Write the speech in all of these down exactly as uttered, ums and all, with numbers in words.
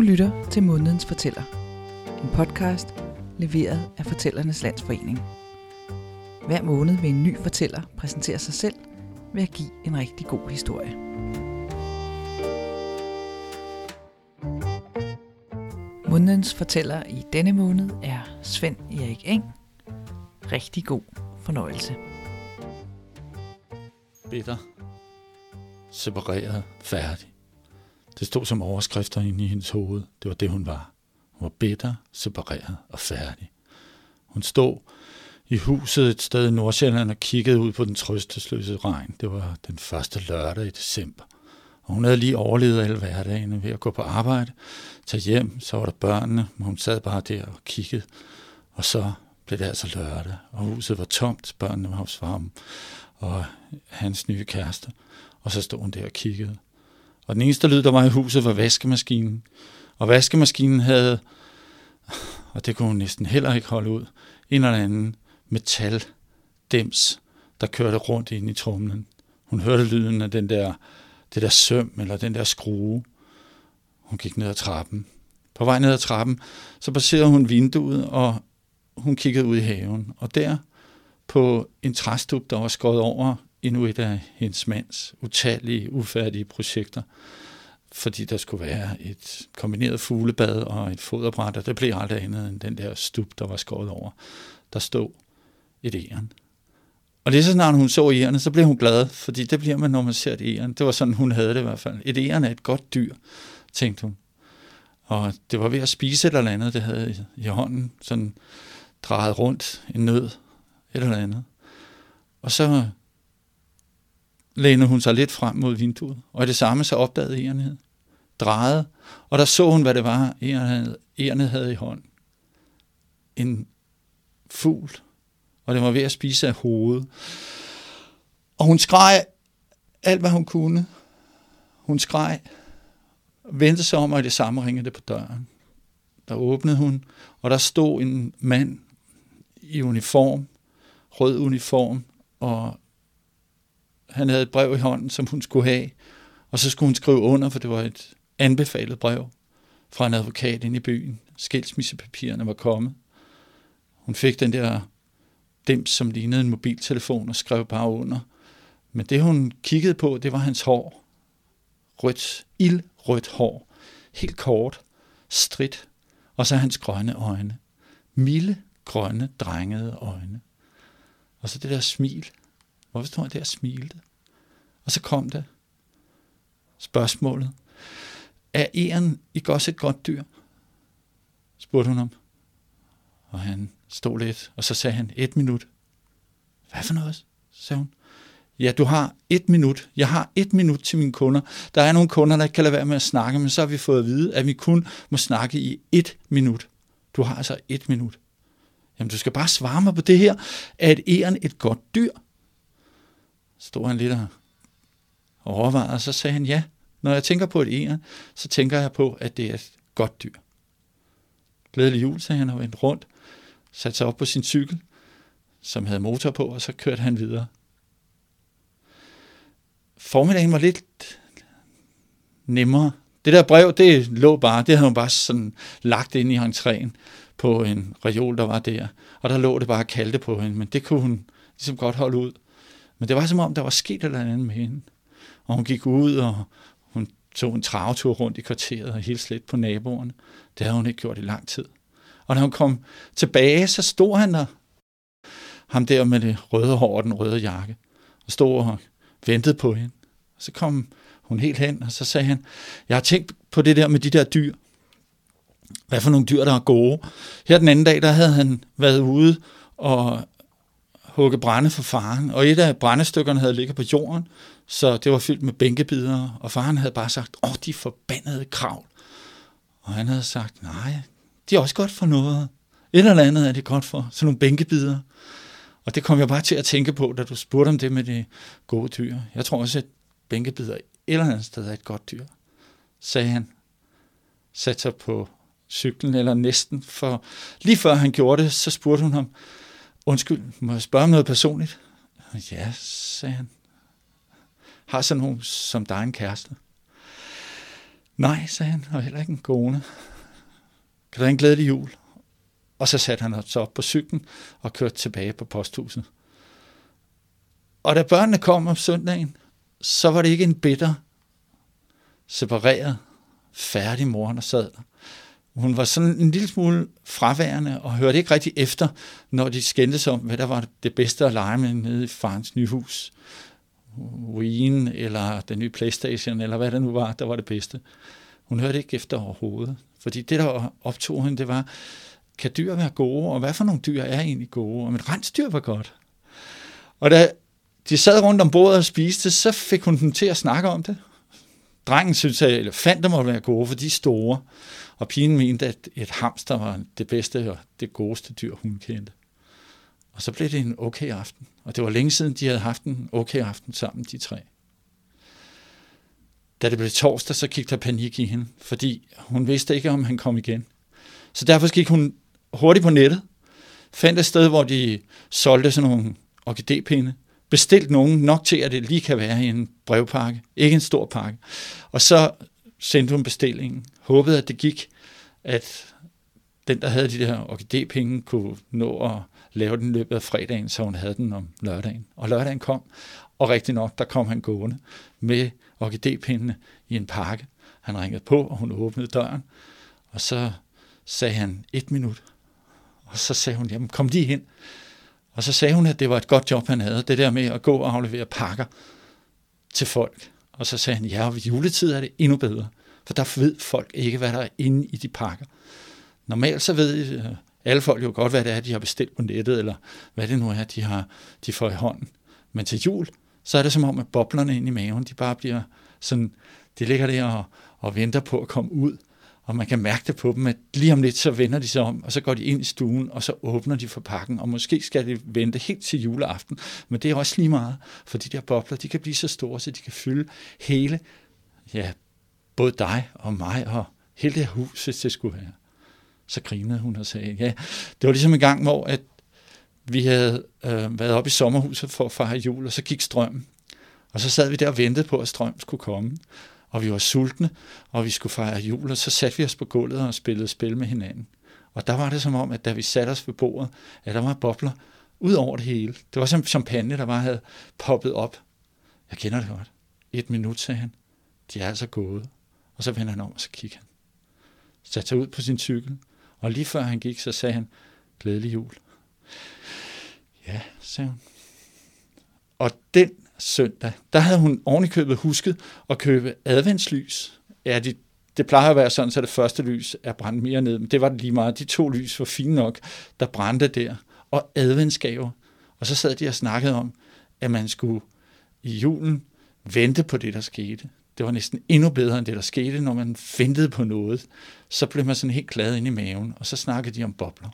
lytter til Månedens Fortæller, en podcast leveret af Fortællernes Landsforening. Hver måned vil en ny fortæller præsentere sig selv ved at give en rigtig god historie. Månedens Fortæller i denne måned er Svend Erik Eng. Rigtig god fornøjelse. Bitter. Separeret. Færdig. Det stod som overskrifter inde i hendes hoved. Det var det, hun var. Hun var bitter, separeret og færdig. Hun stod i huset et sted i Nordsjælland og kiggede ud på den trøstesløse regn. Det var den første lørdag i december. Og hun havde lige overlevet alle hverdagene ved at gå på arbejde, tage hjem, så var der børnene, men hun sad bare der og kiggede. Og så blev det altså lørdag, og huset var tomt, børnene var hos far og hans nye kæreste. Og så stod hun der og kiggede. Og den eneste lyd, der var i huset, var vaskemaskinen. Og vaskemaskinen havde, og det kunne hun næsten heller ikke holde ud, en eller anden metaldims, der kørte rundt ind i tromlen. Hun hørte lyden af den der, det der søm, eller den der skrue. Hun gik ned ad trappen. På vej ned ad trappen, så passerede hun vinduet, og hun kiggede ud i haven. Og der, på en træstup, der var skåret over endnu et af hendes mands utallige, ufærdige projekter, fordi der skulle være et kombineret fuglebad og et foderbræt, og det blev aldrig andet end den der stup, der var skåret over. Der stod et egern. Og lige så snart hun så egerne, så blev hun glad, fordi det bliver man, når man ser et egern. Det var sådan, hun havde det i hvert fald. Et egern er et godt dyr, tænkte hun. Og det var ved at spise et eller andet, det havde i hånden, sådan drejet rundt en nød, et eller andet. Og så lænede hun sig lidt frem mod vinduet, og i det samme så opdagede egernet, drejede, og der så hun, hvad det var, egernet havde i hånden. En fugl, og det var ved at spise af hovedet. Og hun skreg alt, hvad hun kunne. Hun skreg, vendte sig om, og i det samme ringede det på døren. Der åbnede hun, og der stod en mand i uniform, rød uniform, og han havde et brev i hånden, som hun skulle have, og så skulle hun skrive under, for det var et anbefalet brev fra en advokat inde i byen. Skilsmissepapirerne var kommet. Hun fik den der dims, som lignede en mobiltelefon, og skrev bare under. Men det, hun kiggede på, det var hans hår. Rødt, ildrødt hår. Helt kort, stridt, og så hans grønne øjne. Milde, grønne, drengede øjne. Og så det der smil. Hvorfor stod han der og smilte? Og så kom det spørgsmålet. Er egern ikke også et godt dyr? Spurgte hun om. Og han stod lidt, og så sagde han, et minut. Hvad for noget? Sagde hun. Ja, du har et minut. Jeg har et minut til mine kunder. Der er nogle kunder, der ikke kan lade være med at snakke, men så har vi fået at vide, at vi kun må snakke i et minut. Du har altså et minut. Jamen, du skal bare svare mig på det her. Er et egern et godt dyr? Stod han lidt og overvejede, og så sagde han, ja, når jeg tænker på et egern, så tænker jeg på, at det er et godt dyr. Glædelig jul, sagde han, og vendte rundt, satte sig op på sin cykel, som havde motor på, og så kørte han videre. Formiddagen var lidt nemmere. Det der brev, det lå bare, det havde hun bare sådan lagt ind i entréen på en reol, der var der, og der lå det bare og kaldte på hende, men det kunne hun ligesom godt holde ud. Men det var som om, der var sket et eller andet med hende. Og hun gik ud, og hun tog en travetur rundt i kvarteret og hilste lidt på naboerne. Det havde hun ikke gjort i lang tid. Og når hun kom tilbage, så stod han der. Ham der med det røde hår og den røde jakke. Og stod og ventede på hende. Og så kom hun helt hen, og så sagde han, jeg har tænkt på det der med de der dyr. Hvad for nogle dyr, der er gode? Her den anden dag, der havde han været ude og hugge brænde for faren, og et af brændestykkerne havde ligget på jorden, så det var fyldt med bænkebider, og faren havde bare sagt, åh, de forbandede kravl. Og han havde sagt, nej, de er også godt for noget. Et eller andet er det godt for, sådan nogle bænkebider. Og det kom jeg bare til at tænke på, da du spurgte om det med det gode dyr. Jeg tror også, at bænkebider et eller andet sted er et godt dyr, sagde han. Satte sig på cyklen, eller næsten, for lige før han gjorde det, så spurgte hun ham, undskyld, må jeg spørge om noget personligt? Ja, sagde han. Har sådan nogen som dig en kæreste? Nej, sagde han, og heller ikke en kone. Kan du have en glædelig jul? Og så satte han sig op på cyklen og kørte tilbage på posthuset. Og da børnene kom om søndagen, så var det ikke en bitter, separeret, færdig mor, der sad der. Hun var sådan en lille smule fraværende og hørte ikke rigtig efter, når de skændtes om, hvad der var det bedste at lege med nede i farens nye hus. Wien eller den nye PlayStation, eller hvad det nu var, der var det bedste. Hun hørte ikke efter overhovedet. Fordi det, der optog hende, det var, kan dyr være gode, og hvad for nogle dyr er egentlig gode? Og et rensdyr var godt. Og da de sad rundt om bordet og spiste, så fik hun dem til at snakke om det. Drengen syntes, at elefanter måtte være gode, for de er store. Og pigen mente, at et hamster var det bedste og det godeste dyr, hun kendte. Og så blev det en okay aften. Og det var længe siden, de havde haft en okay aften sammen, de tre. Da det blev torsdag, så gik der panik i hende, fordi hun vidste ikke, om han kom igen. Så derfor gik hun hurtigt på nettet, fandt et sted, hvor de solgte sådan nogle orkidépinde, bestilt nogen nok til, at det lige kan være i en brevpakke, ikke en stor pakke. Og så sendte hun bestillingen, håbede, at det gik, at den, der havde de der orkidépenge, kunne nå at lave den løbet af fredagen, så hun havde den om lørdagen. Og lørdagen kom, og rigtig nok, der kom han gående med orkidépindene i en pakke. Han ringede på, og hun åbnede døren, og så sagde han et minut. Og så sagde hun, jamen kom lige hen. Og så sagde hun, at det var et godt job, han havde, det der med at gå og aflevere pakker til folk. Og så sagde han, ja, og ved juletid er det endnu bedre, for der ved folk ikke, hvad der er inde i de pakker. Normalt så ved alle folk jo godt, hvad det er, de har bestilt på nettet, eller hvad det nu er, de har de får i hånden. Men til jul, så er det som om, at boblerne inde i maven, de bare bliver sådan, de ligger der og, og venter på at komme ud. Og man kan mærke det på dem, at lige om lidt, så vender de sig om, og så går de ind i stuen, og så åbner de for pakken, og måske skal de vente helt til juleaften. Men det er også lige meget, for de der bobler, de kan blive så store, så de kan fylde hele, ja, både dig og mig, og hele det her hus, hvis det skulle være. Så grinede hun og sagde, ja, det var ligesom en gang, hvor at vi havde øh, været oppe i sommerhuset for at fejre jul, og så gik strømmen. Og så sad vi der og ventede på, at strømmen skulle komme. Og vi var sultne, og vi skulle fejre jul, og så satte vi os på gulvet og spillede spil med hinanden. Og der var det som om, at da vi satte os ved bordet, at der var bobler ud over det hele. Det var som champagne, der bare havde poppet op. Jeg kender det godt. Et minut, sagde han. De er altså gået. Og så vendte han om, og så kiggede han. Satte sig ud på sin cykel, og lige før han gik, så sagde han, glædelig jul. Ja, sagde hun. Og den søndag, der havde hun ovenikøbet husket at købe adventslys. Ja, de, det plejer at være sådan, så det første lys er brændt mere ned, men det var det lige meget. De to lys var fine nok, der brændte der. Og adventsgaver. Og så sad de og snakkede om, at man skulle i julen vente på det, der skete. Det var næsten endnu bedre end det, der skete, når man ventede på noget. Så blev man sådan helt glad inde i maven, og så snakkede de om bobler.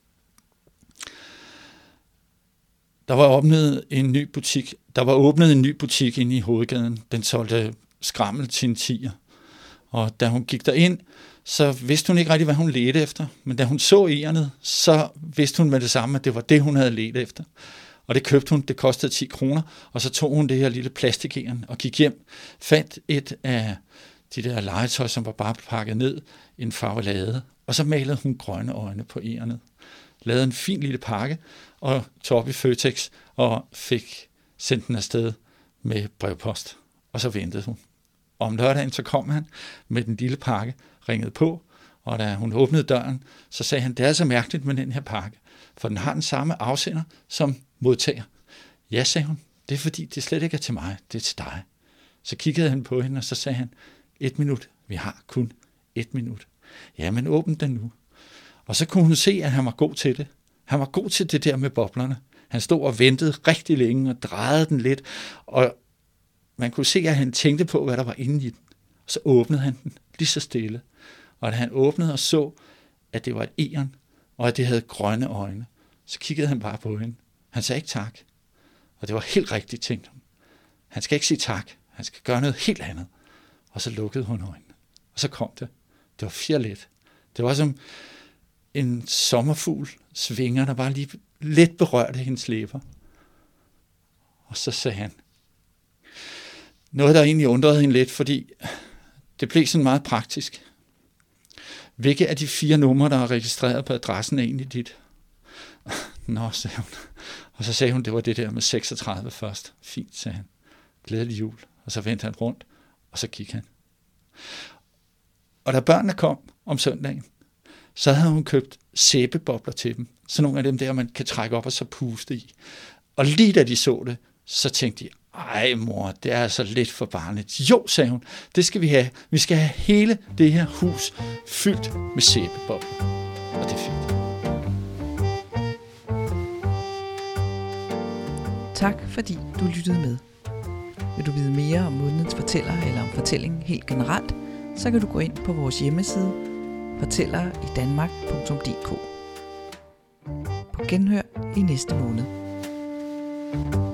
Der var åbnet en ny butik. Der var åbnet en ny butik inde i hovedgaden. Den solgte skrammel til en tier. Og da hun gik derind, så vidste hun ikke rigtig, hvad hun ledte efter. Men da hun så egernet, så vidste hun med det samme, at det var det, hun havde ledt efter. Og det købte hun. Det kostede ti kroner. Og så tog hun det her lille plastikegern og gik hjem. Fandt et af de der legetøj, som var bare pakket ned, en farvelade. Og så malede hun grønne øjne på egernet. Lavede en fin lille pakke og tog op i Føtex og fik sendt den afsted med brevpost. Og så ventede hun. Om lørdagen så kom han med den lille pakke, ringede på, og da hun åbnede døren, så sagde han, det er så mærkeligt med den her pakke, for den har den samme afsender som modtager. Ja, sagde hun, det er fordi, det slet ikke er til mig, det er til dig. Så kiggede han på hende, og så sagde han, et minut, vi har kun et minut. Ja, men åbn den nu. Og så kunne hun se, at han var god til det. Han var god til det der med boblerne. Han stod og ventede rigtig længe og drejede den lidt, og man kunne se, at han tænkte på, hvad der var inde i den. Og så åbnede han den lige så stille. Og da han åbnede og så, at det var et egern, og at det havde grønne øjne, så kiggede han bare på hende. Han sagde ikke tak. Og det var helt rigtigt, tænkte hun. Han skal ikke sige tak. Han skal gøre noget helt andet. Og så lukkede hun øjnene. Og så kom det. Det var fjerlet. Det var som en sommerfugl svinger, der bare lige lidt berørte hendes læber. Og så sagde han noget, der egentlig undrede hende lidt, fordi det blev sådan meget praktisk. Hvilke af de fire numre, der er registreret på adressen, er egentlig dit? Nå, sagde hun. Og så sagde hun, det var det der med seksogtredive først. Fint, sagde han. Glædelig jul. Og så vendte han rundt, og så gik han. Og da børnene kom om søndagen, så havde hun købt sæbebobler til dem. Så nogle af dem der, man kan trække op og så puste i. Og lige da de så det, så tænkte de, ej mor, det er altså lidt for barnligt. Jo, sagde hun, det skal vi have. Vi skal have hele det her hus fyldt med sæbebobler. Og det fik de. Tak fordi du lyttede med. Vil du vide mere om månedens fortæller eller om fortællingen helt generelt, så kan du gå ind på vores hjemmeside fortællere i danmark punktum d k. På genhør i næste måned.